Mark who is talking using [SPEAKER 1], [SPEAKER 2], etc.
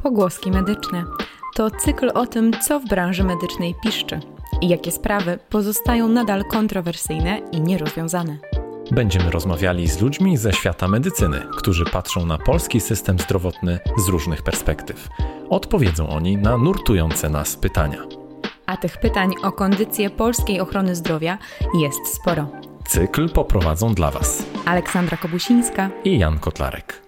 [SPEAKER 1] Pogłoski medyczne. To cykl o tym, co w branży medycznej piszczy i jakie sprawy pozostają nadal kontrowersyjne i nierozwiązane.
[SPEAKER 2] Będziemy rozmawiali z ludźmi ze świata medycyny, którzy patrzą na polski system zdrowotny z różnych perspektyw. Odpowiedzą oni na nurtujące nas pytania.
[SPEAKER 1] A tych pytań o kondycję polskiej ochrony zdrowia jest sporo.
[SPEAKER 2] Cykl poprowadzą dla Was
[SPEAKER 1] Aleksandra Kobusińska
[SPEAKER 2] i Jan Kotlarek.